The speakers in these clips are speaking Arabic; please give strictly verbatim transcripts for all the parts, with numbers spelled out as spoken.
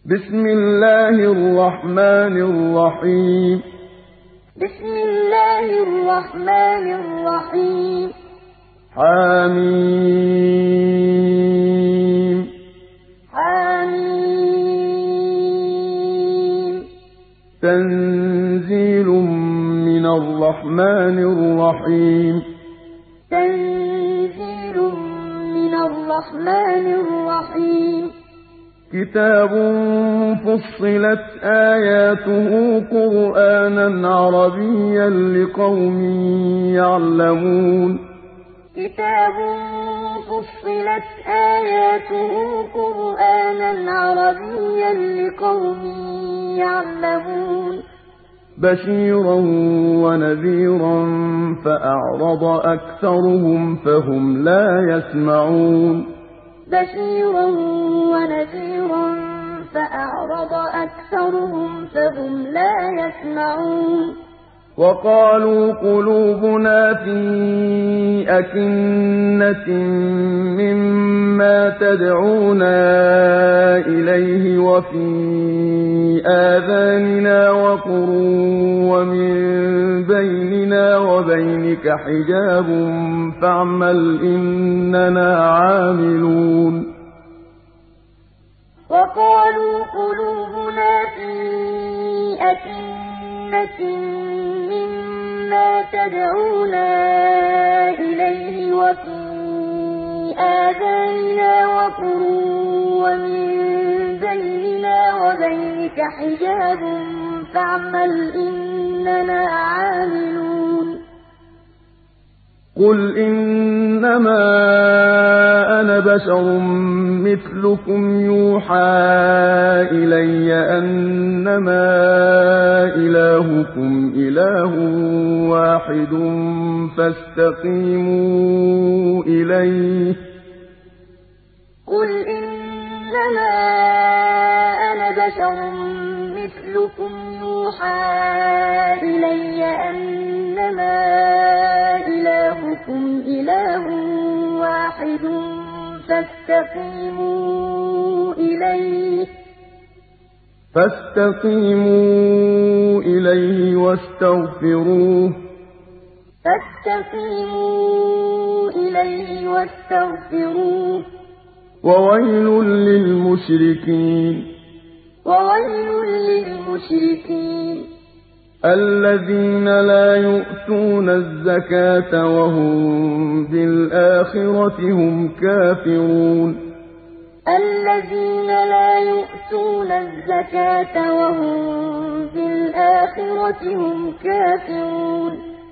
بسم الله الرحمن الرحيم بسم الله الرحمن الرحيم حميم حميم تنزيل من الرحمن الرحيم تنزيل من الرحمن الرحيم كتاب فصلت آياته قرآنا عربيا لقوم يعلمون كتاب فصلت آياته قرآنا عربيا لقوم يعلمون بشيرا ونذيرا فأعرض أكثرهم فهم لا يسمعون بشيرا ونذيرا فأعرض أكثرهم فهم لا يسمعون وقالوا قلوبنا في أكنة مما تدعونا إليه وفي آذاننا وقر ومن بيننا وبينك حجاب فاعمل إننا عاملون وقالوا قلوبنا في أكنة مما تدعونا إليه وفي آذاننا وقر ومن بيننا وبينك حجاب فاعمل إننا عاملون قل إنما أنا بشر مثلكم يوحى إلي أنما إلهكم إله واحد فاستقيموا إليه قل إنما أنا بشر مثلكم يوحى إلي أنما إلهكم إله واحد فاستقيموا إليه فاستقيموا إليه واستغفروه فاستقيموا إليه واستغفروه وويل للمشركين وويل للمشركين الذين لا يؤتون الزكاة وهم بالآخرة هم كافرون الذين لا يؤتون الزكاة وهم بالآخرة هم كافرون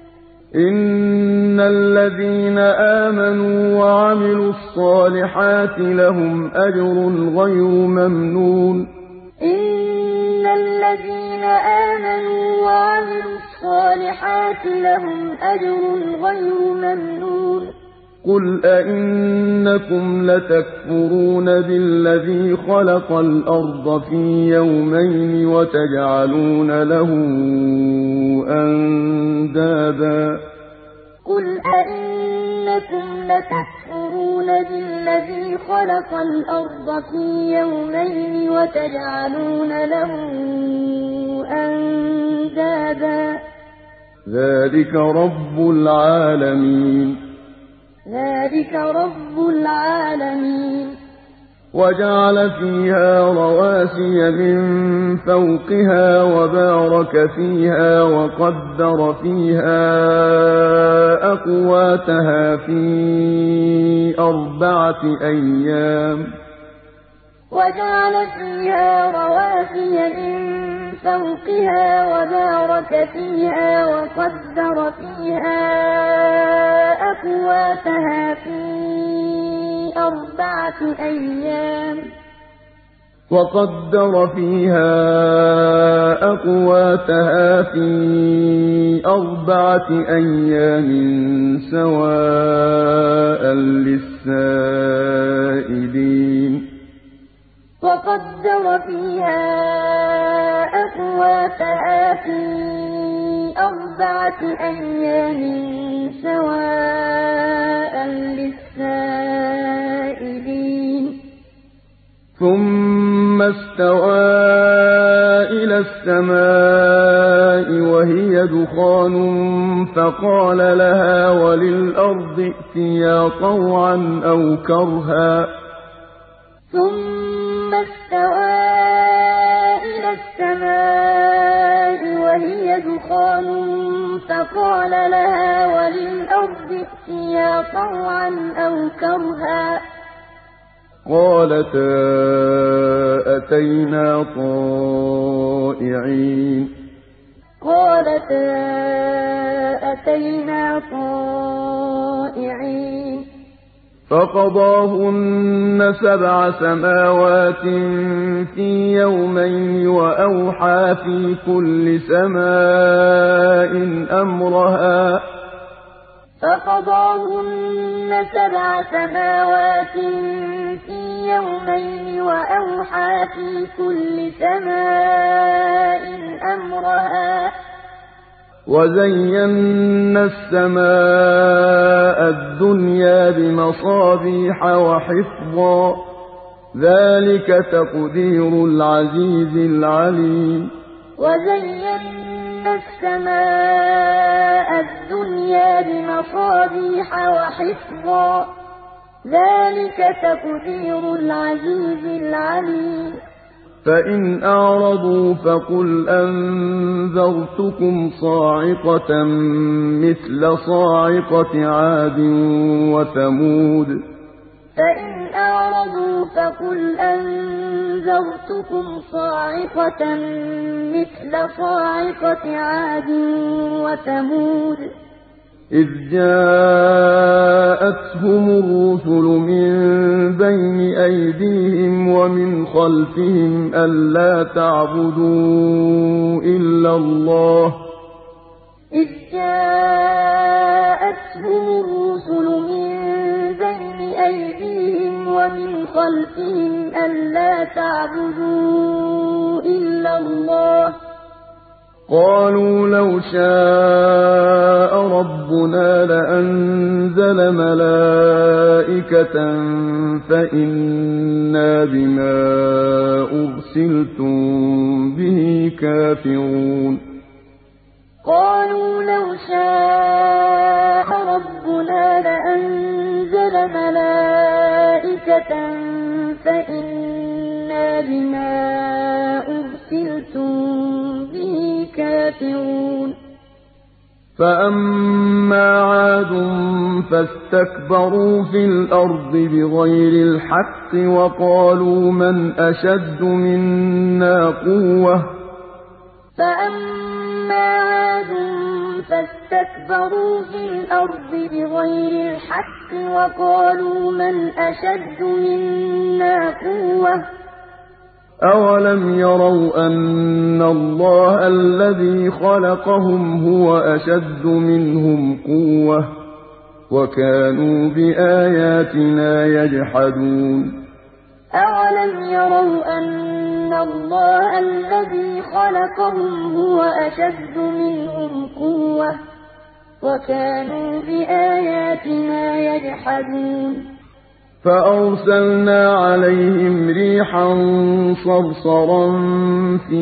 إن الذين آمنوا وعملوا الصالحات لهم أجر غير ممنون إن الذين آمنوا وعملوا الصالحات لهم أجر غير ممنون قل أئنكم لتكفرون بالذي خلق الأرض في يومين وتجعلون له أندادا قل أئنكم لتكفرون بالذي خلق الأرض في يومين وتجعلون له أندادا ذلك رب العالمين ذلك رب العالمين وجعل فيها رواسي من فوقها وبارك فيها وقدر فيها أقواتها في أربعة أيام وجعل فيها رواسي من فوقها وبارك فيها وقدر فيها أقواتها في أربعة أيام وقدر فيها أقواتها في أربعة أيام سواء للسائلين وقدر فيها أقواتها في أربعة أيام سواء للسائلين ثم ثم استوى إلى السماء وهي دخان فقال لها وللأرض ائتيا طوعا أو كرها ثم استوى إلى السماء وهي دخان فقال لها وللأرض ائتيا طوعا أو كرها قالتا أتينا طائعين قالتا أتينا طائعين فقضاهن سبع سماوات في يومين وأوحى في كل سماء أمرها فقضاهن سبع سماوات في يومين وأوحى في كل سماء أمرها وزينا السماء الدنيا بمصابيح وحفظا ذلك تقدير العزيز العليم وزينا السماء الدنيا بمصابيح وحفظا ذلك تقدير العزيز العليم فإن أعرضوا فقل أنذرتكم صاعقة مثل صاعقة عاد وثمود فإن أعرضوا فقل أنذرتكم صاعقة مثل صاعقة عاد وثمود إذ جاءتهم الرسل من بين أيديهم ومن خلفهم ألا تعبدوا إلا الله إذ جاءتهم الرسل من بين أيديهم ومن خلفهم ألا تعبدوا إلا الله قالوا لو شاء ربنا لأنزل ملائكة فإنا بما أرسلتم به كافرون قالوا لو شاء ربنا لأنزل ملائكة فإنا بما أرسلتم به كافرون فأما عاد فاستكبروا في الأرض بغير الحق وقالوا من أشد منا قوة فأما عاد فاستكبروا في الأرض بغير الحق وقالوا من أشد منا قوة أولم يروا أن الله الذي خلقهم هو أشد منهم قوة وكانوا بآياتنا يجحدون أولم يروا أن الله الذي خلقهم هو أشد منهم قوة وكانوا بآياتنا يجحدون فأرسلنا عليهم ريحا صرصرا في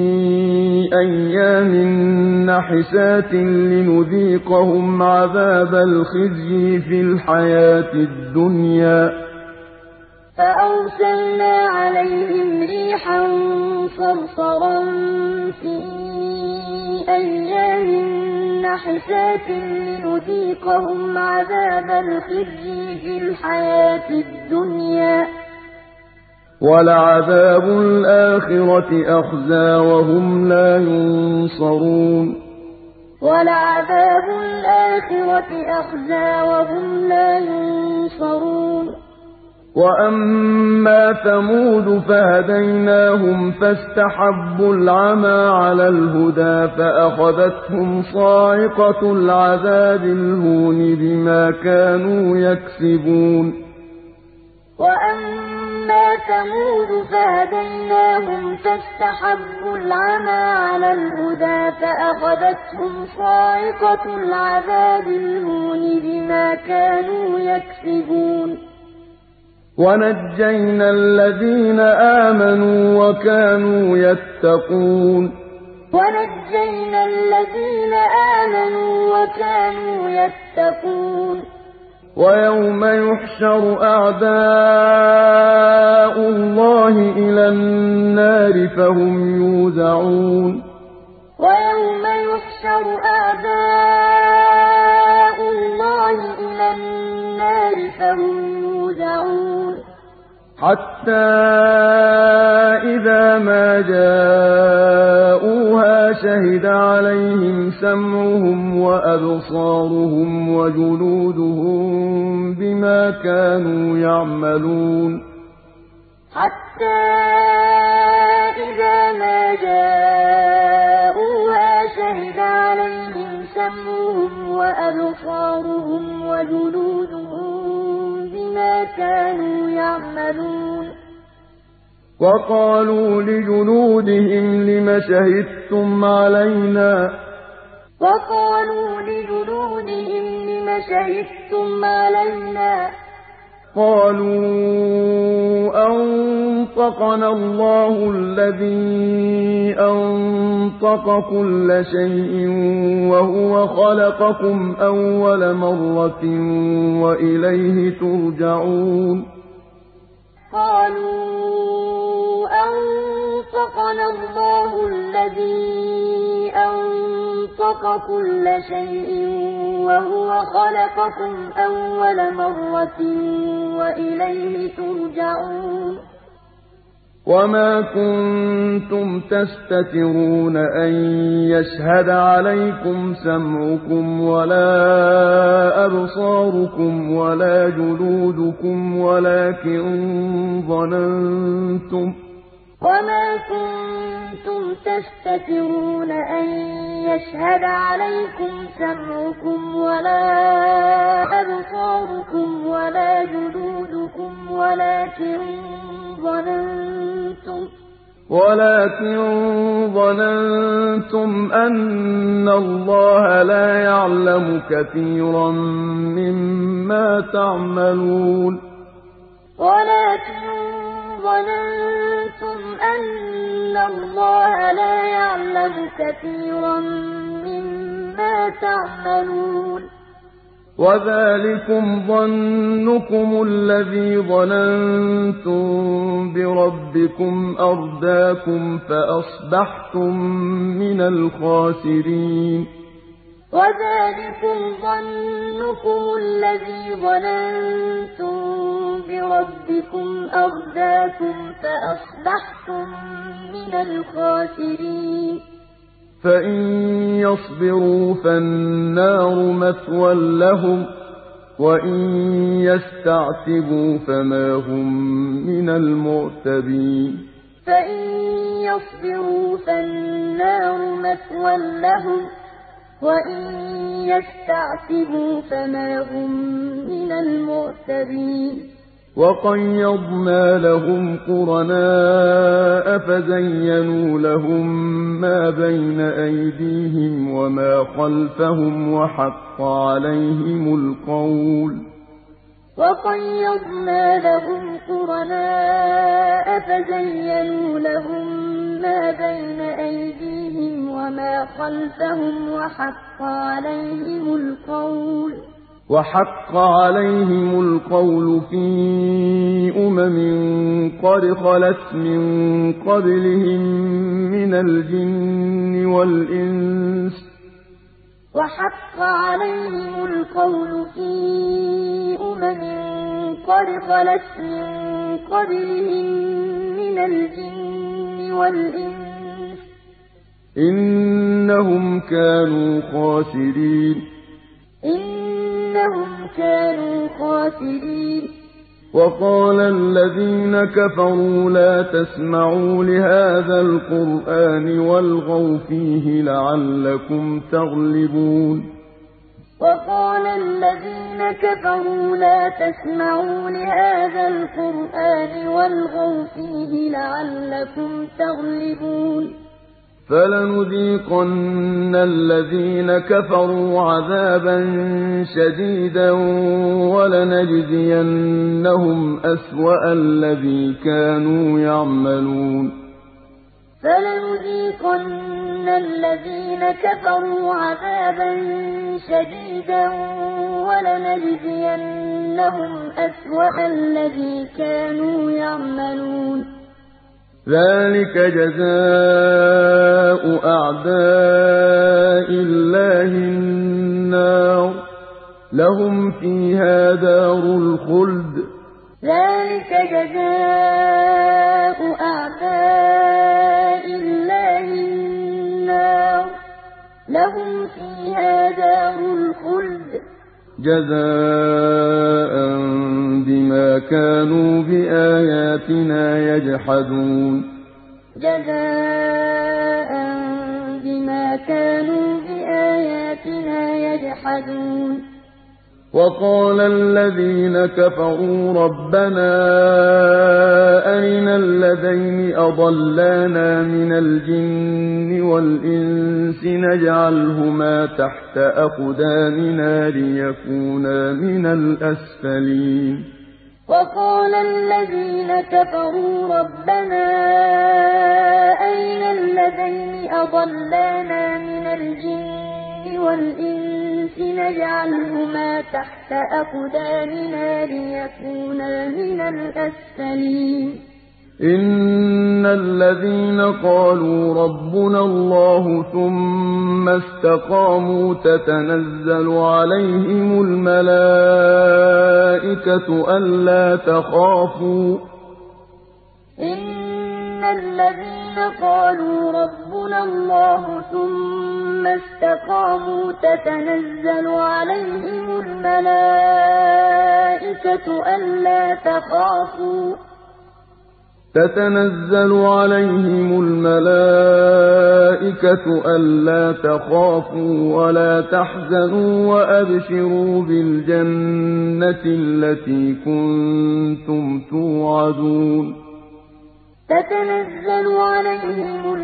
أيام نحسات لنذيقهم عذاب الخزي في الحياة الدنيا فأرسلنا عليهم ريحا صرصرا في أيام نحسات لنذيقهم عذاب الخزي في الحياة الدنيا ولعذاب الآخرة أخزى وهم لا ينصرون ولعذاب الآخرة أخزى وهم لا ينصرون وأما ثمود فهديناهم فاستحبوا العمى على الهدى فأخذتهم صاعقة العذاب الهون بما كانوا يكسبون وأما ثمود فهديناهم فاستحبوا العمى على الهدى فأخذتهم صاعقة العذاب الهون بما كانوا يكسبون ونجينا الذين آمنوا وكانوا يتقون ونجينا الذين آمنوا وكانوا يتقون ويوم يحشر أعداء الله إلى النار فهم يوزعون ويوم يحشر أعداء الله إلى النار فهم يوزعون حتى إذا ما جاءوها شهد عليهم سمعهم وأبصارهم وجلودهم بما كانوا يعملون حتى إذا ما جاءوها شهد عليهم سمعهم وأبصارهم وجلودهم بما كانوا يعملون وقالوا لجلودهم لم شهدتم علينا وقالوا لجلودهم لم شهدتم علينا قالوا أنطقنا الله الذي أنطق كل شيء وهو خلقكم أول مرة وإليه ترجعون قالوا أنطقنا الله الذي أنطق كل شيء وهو خلقكم أول مرة وإليه ترجعون وما كنتم تستترون أن يشهد عليكم سمعكم ولا أبصاركم ولا جلودكم ولكن ظننتم وما كنتم تستترون أن يشهد عليكم سمعكم ولا أبصاركم ولا جلودكم ولكن ظننتم ولكن ظننتم أن الله لا يعلم كثيرا مما تعملون ولكن ظننتم أن الله لا يعلم كثيرا مما تعملون وذلكم ظنكم الذي ظننتم بربكم أرداكم فأصبحتم من الخاسرين وذلكم ظنكم الذي ظننتم بربكم أرداكم فأصبحتم من الخاسرين فإن يصبروا فالنار مثوى لهم وإن يستعتبوا فما هم من المعتبين فإن يصبروا فالنار مثوى لهم وإن يستعتبوا فما هم من المعتبين وقيضنا لهم قرناء فزينوا لهم ما بين أيديهم وما خلفهم وحق عليهم القول وقيضنا لهم قرناء فزينوا لهم ما بين أيديهم وما خلفهم وحق عليهم القول وحق عليهم القول في أمم قد خلت من قبلهم من الجن والإنس وحق عليهم القول في أمم قد خلت من قبلهم من الجن والإنس إنهم كانوا خاسرين إنهم كانوا خاسرين وقال الذين كفروا لا تسمعوا لهذا القرآن والغوا فيه لعلكم تغلبون وقال الذين كفروا لا تسمعوا لهذا القرآن والغوا فيه لعلكم تغلبون فلنذيقن الذين كفروا عذابا شديدا ولنجزينهم أسوأ الذي كانوا يعملون فلنذيقن الذين كفروا عذابا شديدا ولنجزينهم أسوأ الذي كانوا يعملون ذلك جزاء أعداء الله النار لهم فيها دار الخلد ذلك جزاء أعداء الله النار لهم فيها دار الخلد جزاء بما كانوا بآياتنا يجحدون جزاء بما كانوا بآياتنا يجحدون وقال الذين كفروا ربنا أرنا الذين أضلانا من الجن والإنس نجعلهما تحت أقدامنا ليكونا من الأسفلين وقال الذين كفروا ربنا أرنا الذين أضلانا من الجن والإنس نجعلهما تحت أقدامنا ليكونا من الأسفلين إن الذين قالوا ربنا الله ثم استقاموا تتنزل عليهم الملائكة ألا تخافوا إن الذين قالوا ربنا الله ثم استقاموا تتنزل عليهم الملائكة ألا تخافوا تتنزل عليهم الملائكة ألا تخافوا ولا تحزنوا وأبشروا بالجنة التي كنتم توعدون تتنزل عليهم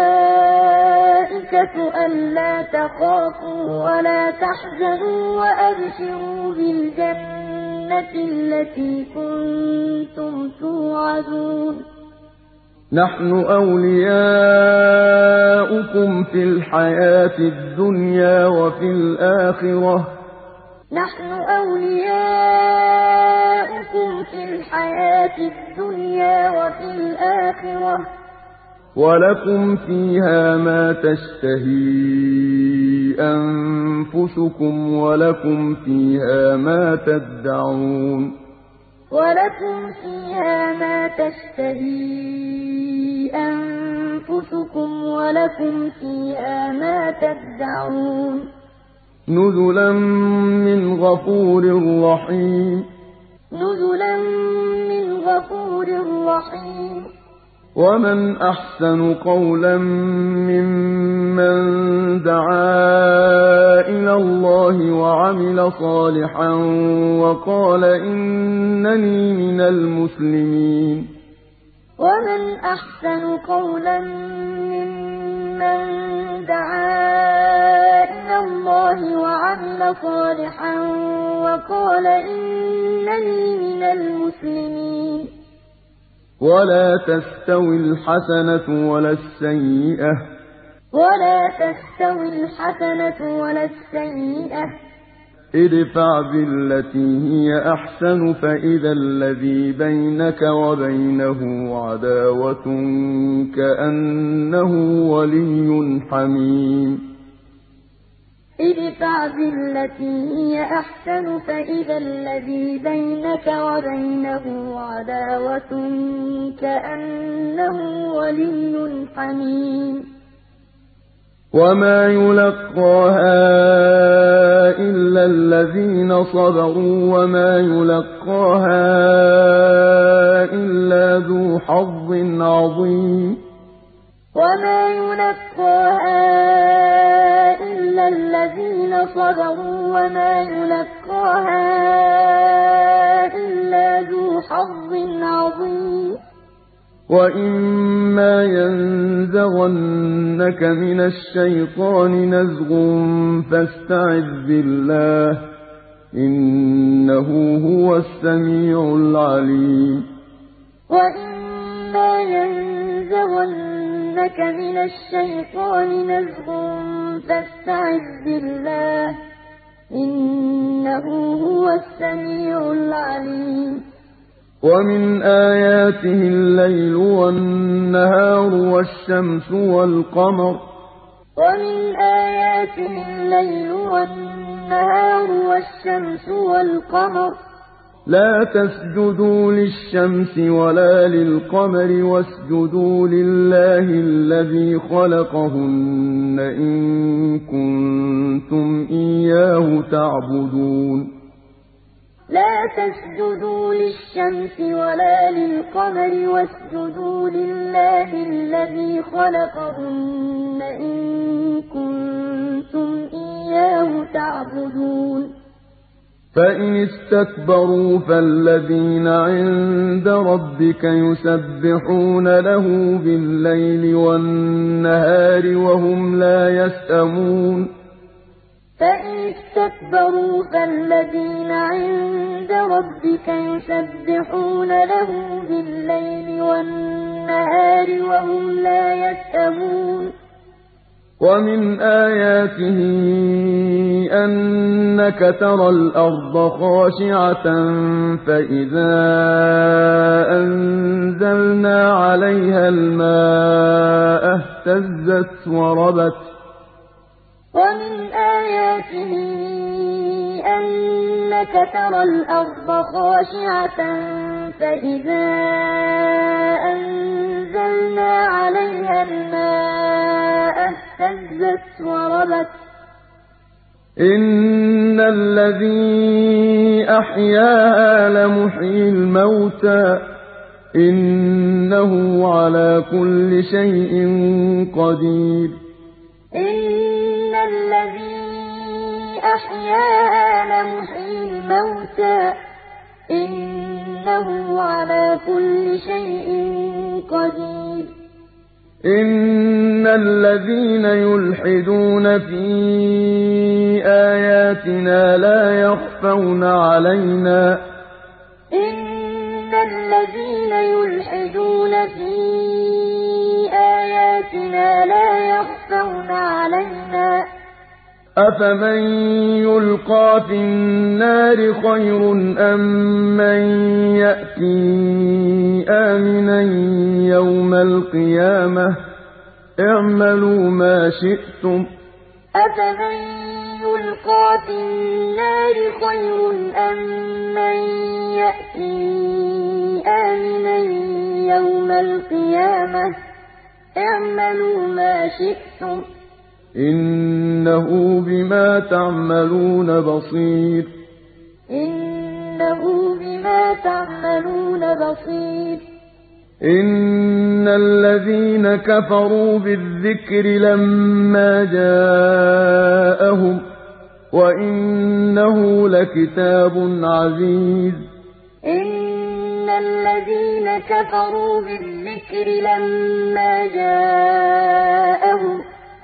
الملائكة ألا تخافوا ولا تحزنوا وأبشروا بالجنة التي كنتم توعدون نحن أولياؤكم في الحياة الدنيا وفي الآخرة نحن أولياؤكم في الحياة الدنيا وفي الآخرة ولكم فيها ما تشتهي أنفسكم ولكم فيها ما تدعون ولكم فيها ما تشتهي أنفسكم ولكم فيها ما تدعون نزلا من غفور رحيم نزلا من غفور رحيم ومن أحسن قولا ممن دعا إلى الله وعمل صالحا وقال إنني من المسلمين ومن أحسن قولا ممن دعا إلى الله وعمل صالحا وقال إنني من المسلمين ولا تستوي الحسنة ولا السيئة ولا تستوي الحسنة ولا السيئة ادفع بالتي هي أحسن فإذا الذي بينك وبينه عداوة كأنه ولي حميم ادفع بالتي هي أحسن فإذا الذي بينك وبينه عداوة كأنه ولي حميم وما يلقاها إلا الذين صبروا وما يلقاها إلا ذو حظ عظيم وما يلقاها إلا الذين صبروا وما يلقاها إلا ذو حظ عظيم وَإِمَّا يَنزَغَنَّكَ مِنَ الشَّيْطَانِ نَزْغٌ فَاسْتَعِذْ بِاللَّهِ ۖ إِنَّهُ هُوَ السَّمِيعُ الْعَلِيمُ وَإِمَّا يَنزَغَنَّكَ مِنَ الشَّيْطَانِ نَزْغٌ فَاسْتَعِذْ بِاللَّهِ ۖ إِنَّهُ هُوَ السَّمِيعُ الْعَلِيمُ وَمِنْ آيَاتِهِ اللَّيْلُ وَالنَّهَارُ وَالشَّمْسُ وَالْقَمَرُ وَمِنْ آيَاتِهِ اللَّيْلُ وَالنَّهَارُ وَالشَّمْسُ وَالْقَمَرُ لَا تَسْجُدُوا لِلشَّمْسِ وَلَا لِلْقَمَرِ وَاسْجُدُوا لِلَّهِ الَّذِي خَلَقَهُنَّ إِن كُنتُمْ إِيَّاهُ تَعْبُدُونَ لَا تَسْجُدُوا لِلشَّمْسِ وَلَا لِلْقَمَرِ وَاسْجُدُوا لِلَّهِ الَّذِي خَلَقَهُنَّ إِن كُنتُمْ إِيَّاهُ تَعْبُدُونَ فَإِنِ اسْتَكْبَرُوا فَالَّذِينَ عِندَ رَبِّكَ يُسَبِّحُونَ لَهُ بِاللَّيْلِ وَالنَّهَارِ وَهُمْ لَا يَسْأَمُونَ فَإِنِ اسْتَكْبَرُوا فَالَّذِينَ عِندَ رَبِّكَ يُسَبِّحُونَ لَهُ بِاللَّيْلِ وَالنَّهَارِ وَهُمْ لَا يَسْأَمُونَ وَمِنْ آيَاتِهِ أَنَّكَ تَرَى الْأَرْضَ خَاشِعَةً فَإِذَا أَنزَلْنَا عَلَيْهَا الْمَاءَ اهْتَزَّتْ وَرَبَتْ وَمِنْ آيَاتِهِ أَنَّكَ تَرَى الْأَرْضَ خَاشِعَةً فَإِذَا أَنزَلْنَا عَلَيْهَا الْمَاءَ اهْتَزَّتْ وَرَبَتْ إِنَّ الَّذِي أَحْيَاهَا لَمُحْيِي الْمَوْتَىٰ إِنَّهُ عَلَىٰ كُلِّ شَيْءٍ قَدِيرٌ إِنَّ الَّذِي أَحْيَاهَا لَمُحْيِي الْمَوْتَىٰ إِنَّهُ عَلَىٰ كُلِّ شَيْءٍ قَدِيرٌ إِنَّ الَّذِينَ يُلْحِدُونَ فِي آيَاتِنَا لَا يَخْفَوْنَ عَلَيْنَا إِنَّ الَّذِينَ يُلْحِدُونَ فِي آيَاتِنَا لَا يَخْفَوْنَ عَلَيْنَا أَفَمَن يُلْقَىٰ فِي النَّارِ خَيْرٌ أَم مَّن يَأْتِي آمِنًا يَوْمَ الْقِيَامَةِ ۚ اعْمَلُوا مَا شِئْتُمْ أَفَمَن يُلْقَىٰ فِي النَّارِ خَيْرٌ أَم مَّن يَأْتِي آمِنًا يَوْمَ الْقِيَامَةِ ۚ اعْمَلُوا مَا شِئْتُمْ إِنَّهُ بِمَا تَعْمَلُونَ بَصِيرٌ إِنَّهُ بِمَا تَعْمَلُونَ بَصِيرٌ إِنَّ الَّذِينَ كَفَرُوا بِالذِّكْرِ لَمَّا جَاءَهُمْ وَإِنَّهُ لَكِتَابٌ عَزِيزٌ إِنَّ الَّذِينَ كَفَرُوا بِالذِّكْرِ لَمَّا جَاءَهُمْ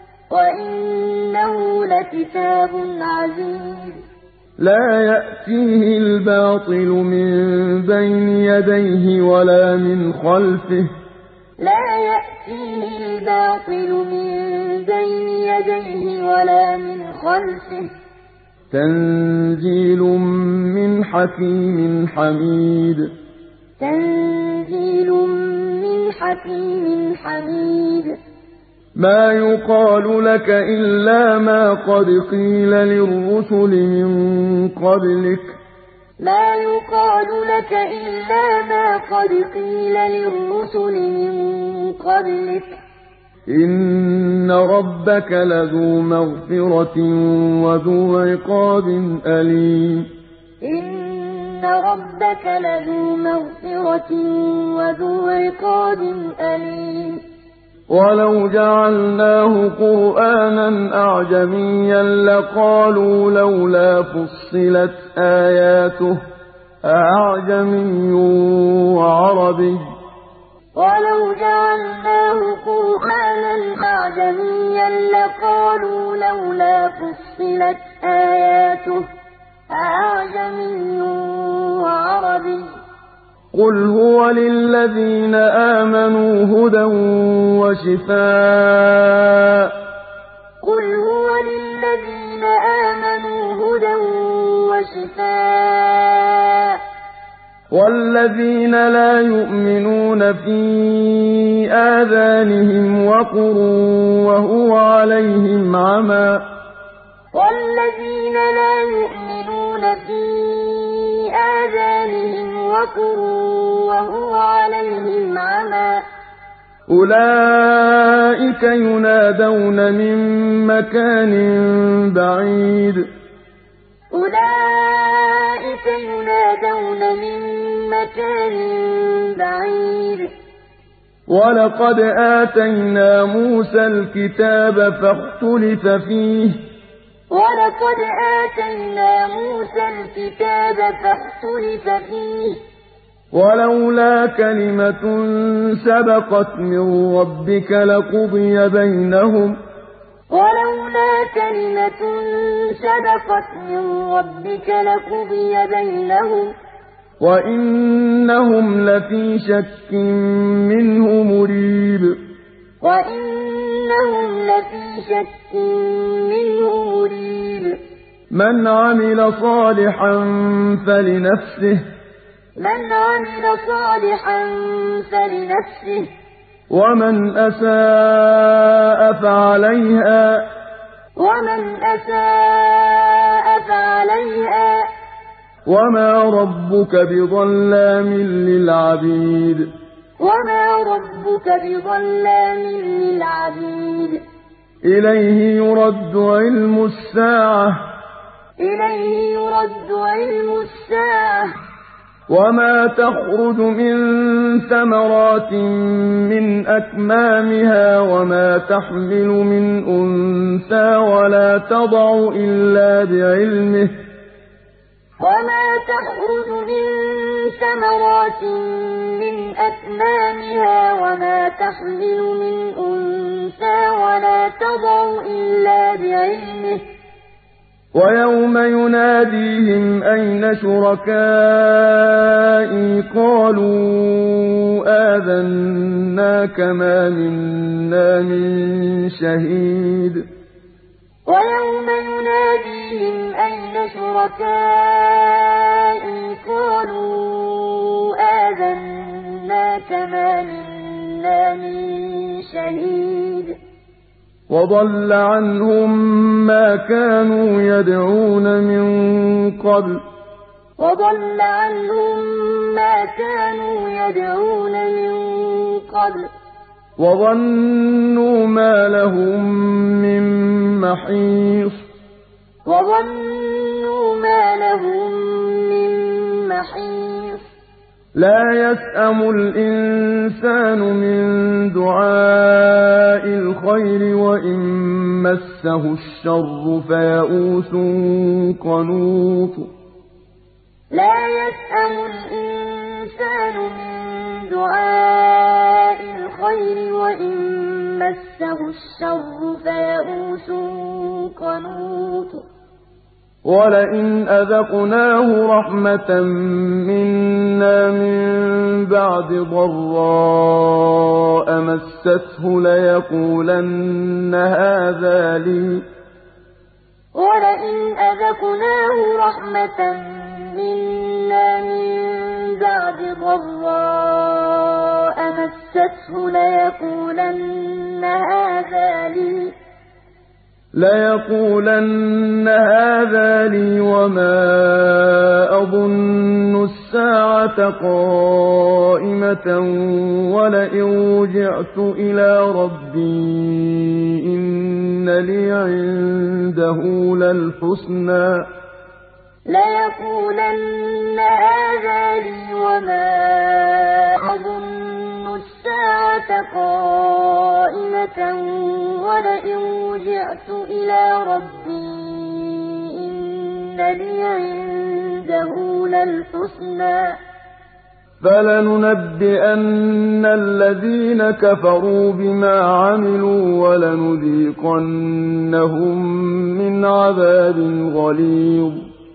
وَإِنَّهُ لَكِتَابٌ عَزِيزٌ لَّا يَأْتِيهِ الْبَاطِلُ مِن بَيْنِ يَدَيْهِ وَلَا مِنْ خَلْفِهِ لَا يَأْتِيهِ الْبَاطِلُ مِن بَيْنِ يَدَيْهِ وَلَا مِنْ خَلْفِهِ تَنزِيلٌ مِّنْ حَكِيمٍ حَمِيدٍ تَنزِيلٌ مِّنْ حَكِيمٍ حَمِيدٍ مَا يُقَالُ لَكَ إِلَّا مَا قَدْ قِيلَ لِلرُّسُلِ مِن قَبْلِكَ مَا يُقَالُ لَكَ إِلَّا مَا قَدْ قِيلَ لِلرُّسُلِ مِن قَبْلِكَ ۚ إِنَّ رَبَّكَ لَذُو مَغْفِرَةٍ وَذُو عِقَابٍ أَلِيمٍ إِنَّ رَبَّكَ لَذُو مَغْفِرَةٍ وَذُو عِقَابٍ أَلِيمٍ وَلَوْ جَعَلْنَاهُ قُرْآنًا أَعْجَمِيًّا لَّقَالُوا لَوْلَا فُصِّلَتْ آيَاتُهُ أَأَعْجَمِيٌّ وَعَرَبِيٌّ ۗ وَلَوْ جَعَلْنَاهُ قُرْآنًا أَعْجَمِيًّا لَّقَالُوا لَوْلَا فُصِّلَتْ آيَاتُهُ أَأَعْجَمِيٌّ وَعَرَبِيٌّ ۗ قُلْ هُوَ لِلَّذِينَ آمَنُوا هُدًى وَشِفَاءٌ قُلْ هُوَ لِلَّذِينَ آمَنُوا هُدًى وَشِفَاءٌ ۖ وَالَّذِينَ لَا يُؤْمِنُونَ فِي آذَانِهِمْ وَقْرٌ وَهُوَ عَلَيْهِمْ عَمًى ۚ وَالَّذِينَ لَا يُؤْمِنُونَ فِي آذَانِهِمْ وَقْرٌ وَهُوَ عَلَيْهِمْ عَمًى ۚ أُولَٰئِكَ يُنَادَوْنَ مِن مَّكَانٍ بَعِيدٍ أُولَٰئِكَ يُنَادَوْنَ مِن مَّكَانٍ بَعِيدٍ وَلَقَدْ آتَيْنَا مُوسَى الْكِتَابَ فَاخْتُلِفَ فِيهِ ۚ وَلَقَدْ آتَيْنَا مُوسَى الْكِتَابَ فَاخْتُلِفَ فِيهِ ۚ وَلَوْلَا كَلِمَةٌ سَبَقَتْ مِن رَّبِّكَ لَقُضِيَ بَيْنَهُمْ ۚ وَلَوْلَا كَلِمَةٌ سَبَقَتْ مِن رَّبِّكَ لَقُضِيَ بَيْنَهُمْ ۚ وَإِنَّهُمْ لَفِي شَكٍّ مِّنْهُ مُرِيبٍ وَإِنَّهُمْ لَفِي شَكٍّ مِّنْهُ مُرِيبٍ مَنْ عَمِلَ صَالِحًا فَلِنَفْسِهِ مَنْ عَمِلَ صَالِحًا فَلِنَفْسِهِ ۖ وَمَنْ أَسَاءَ فَعَلَيْهَا ۗ وَمَنْ أَسَاءَ فَعَلَيْهَا ۗ وَمَا رَبُّكَ بِظَلَّامٍ لِّلْعَبِيدِ وَمَا رَبُّكَ بِظَلَّامٍ لِّلْعَبِيدِ إِلَيْهِ يُرَدُّ عِلْمُ السَّاعَةِ ۚ إِلَيْهِ يُرَدُّ عِلْمُ السَّاعَةِ ۚ وَمَا تَخْرُجُ مِن ثَمَرَاتٍ مِّنْ أَكْمَامِهَا وَمَا تَحْمِلُ مِنْ أُنثَىٰ وَلَا تَضَعُ إِلَّا بِعِلْمِهِ ۚ وَمَا تَخْرُجُ مِن ثَمَرَاتٍ مِّنْ أَكْمَامِهَا وَمَا تَحْمِلُ مِنْ أُنثَىٰ وَلَا تَضَعُ إِلَّا بِعِلْمِهِ ۚ وَيَوْمَ يُنَادِيهِمْ أَيْنَ شُرَكَائِي قَالُوا آذَنَّاكَ مَا مِنَّا مِن شَهِيدٍ وَيَوْمَ يُنَادِيهِمْ أَيْنَ شُرَكَائِي قَالُوا آذَنَّاكَ مَا مِنَّا مِن شَهِيدٍ وَضَلَّ عَنْهُم مَّا كَانُوا يَدْعُونَ مِن قَبْلُ وَضَلَّ عَنْهُم مَّا كَانُوا يَدْعُونَ مِن قَبْلُ وَظَنُّوا مَا لَهُم مِّن مَّحِيصٍ وَظَنُّوا مَا لَهُم مِّن مَّحِيصٍ لَّا يَسْأَمُ الْإِنسَانُ مِن دُعَاءِ الْخَيْرِ وَإِن مَّسَّهُ الشَّرُّ فَيَئُوسٌ قَنُوطٌ لَّا يَسْأَمُ الْإِنسَانُ مِن دُعَاءِ الْخَيْرِ وَإِن مَّسَّهُ الشَّرُّ فَيَئُوسٌ قَنُوطٌ وَلَئِنْ أَذَقْنَاهُ رَحْمَةً مِّنَّا مِن بَعْدِ ضَرَّاءَ مَسَّتْهُ لَيَقُولَنَّ هَٰذَا لِي وَلَئِنْ أَذَقْنَاهُ رَحْمَةً مِّنَّا مِن بَعْدِ ضَرَّاءَ مَسَّتْهُ لَيَقُولَنَّ هَٰذَا لِي لَيَقُولَنَّ هَٰذَا لِي وَمَا أَظُنُّ السَّاعَةَ قَائِمَةً وَلَئِن رُّجِعْتُ إِلَىٰ رَبِّي إِنَّ لِي عِندَهُ لَلْحُسْنَىٰ لَيَقُولَنَّ هَٰذَا لِي وَمَا أَظُنُّ السَّاعَةَ قَائِمَةً وَلَئِن رُّجِعْتُ إِلَىٰ رَبِّي إِنَّ لِي عِندَهُ لَلْحُسْنَىٰ فَلَنُنَبِّئَنَّ الَّذِينَ كَفَرُوا بِمَا عَمِلُوا وَلَنُذِيقَنَّهُم مِّنْ عَذَابٍ غَلِيظٍ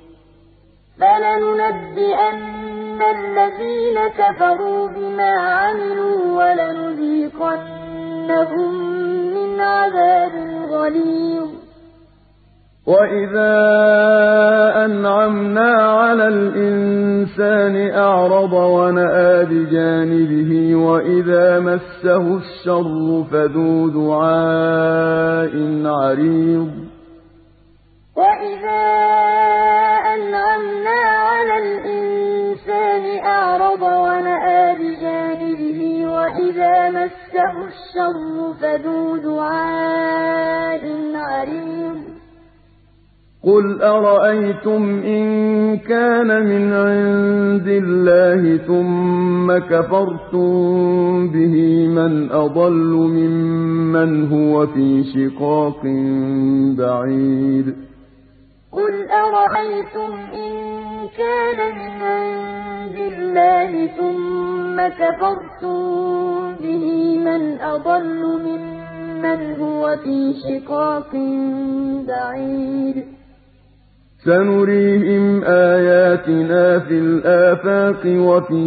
فَلَنُنَبِّئَنَّ الَّذِينَ كَفَرُوا بِمَا عَمِلُوا وَلَنُذِيقَنَّهُم مِّنْ عَذَابٍ غَلِيظٍ وَإِذَا أَنْعَمْنَا عَلَى الْإِنسَانِ أَعْرَضَ وَنَأَىٰ بِجَانِبِهِ وَإِذَا مَسَّهُ الشَّرُّ فَذُو دُعَاءٍ عَرِيضٍ وَإِذَا أَنْعَمْنَا عَلَى الْإِنسَانِ أَعْرَضَ وَنَأَىٰ بِجَانِبِهِ وَإِذَا مَسَّهُ الشَّرُّ فَذُو دُعَاءٍ عَرِيضٍ قُلْ أَرَأَيْتُمْ إِن كَانَ مِنْ عِندِ اللَّهِ ثُمَّ كَفَرْتُم بِهِ مَنْ أَضَلُّ مِمَّنْ هُوَ فِي شِقَاقٍ بَعِيدٍ قُلْ أَرَأَيْتُمْ إِن كَانَ مِنْ عِندِ اللَّهِ ثُمَّ كَفَرْتُم بِهِ مَنْ أَضَلُّ مِمَّنْ هُوَ فِي شِقَاقٍ بَعِيدٍ سَنُرِيهِمْ آيَاتِنَا فِي الْآفَاقِ وَفِي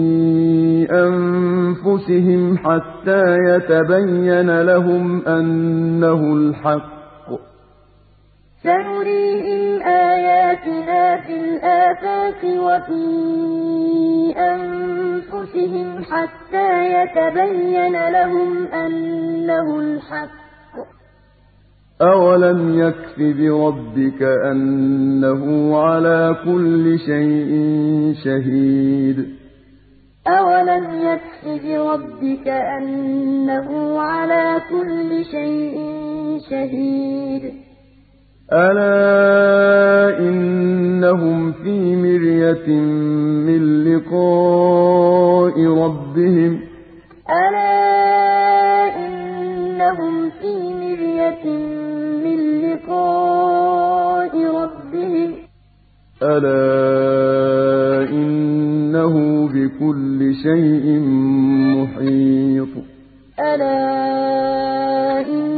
أَنفُسِهِمْ حَتَّىٰ يَتَبَيَّنَ لَهُمْ أَنَّهُ الْحَقُّ ۗ سَنُرِيهِمْ آيَاتِنَا فِي الْآفَاقِ وَفِي أَنفُسِهِمْ حَتَّىٰ يَتَبَيَّنَ لَهُمْ أَنَّهُ الْحَقُّ ۗ أَوَلَمْ يَكْفِ بِرَبِّكَ أَنَّهُ عَلَىٰ كُلِّ شَيْءٍ شَهِيدٌ أَوَلَمْ يَكْفِ بِرَبِّكَ أَنَّهُ عَلَىٰ كُلِّ شَيْءٍ شَهِيدٌ أَلَا إِنَّهُمْ فِي مِرْيَةٍ مِّن لِّقَاءِ رَبِّهِمْ أَلَا إِنَّهُمْ فِي مِرْيَةٍ مِّن لِّقَاءِ رَبِّهِمْ أَلَا إِنَّهُ بِكُلِّ شَيْءٍ مُّحِيطٌ أَلَا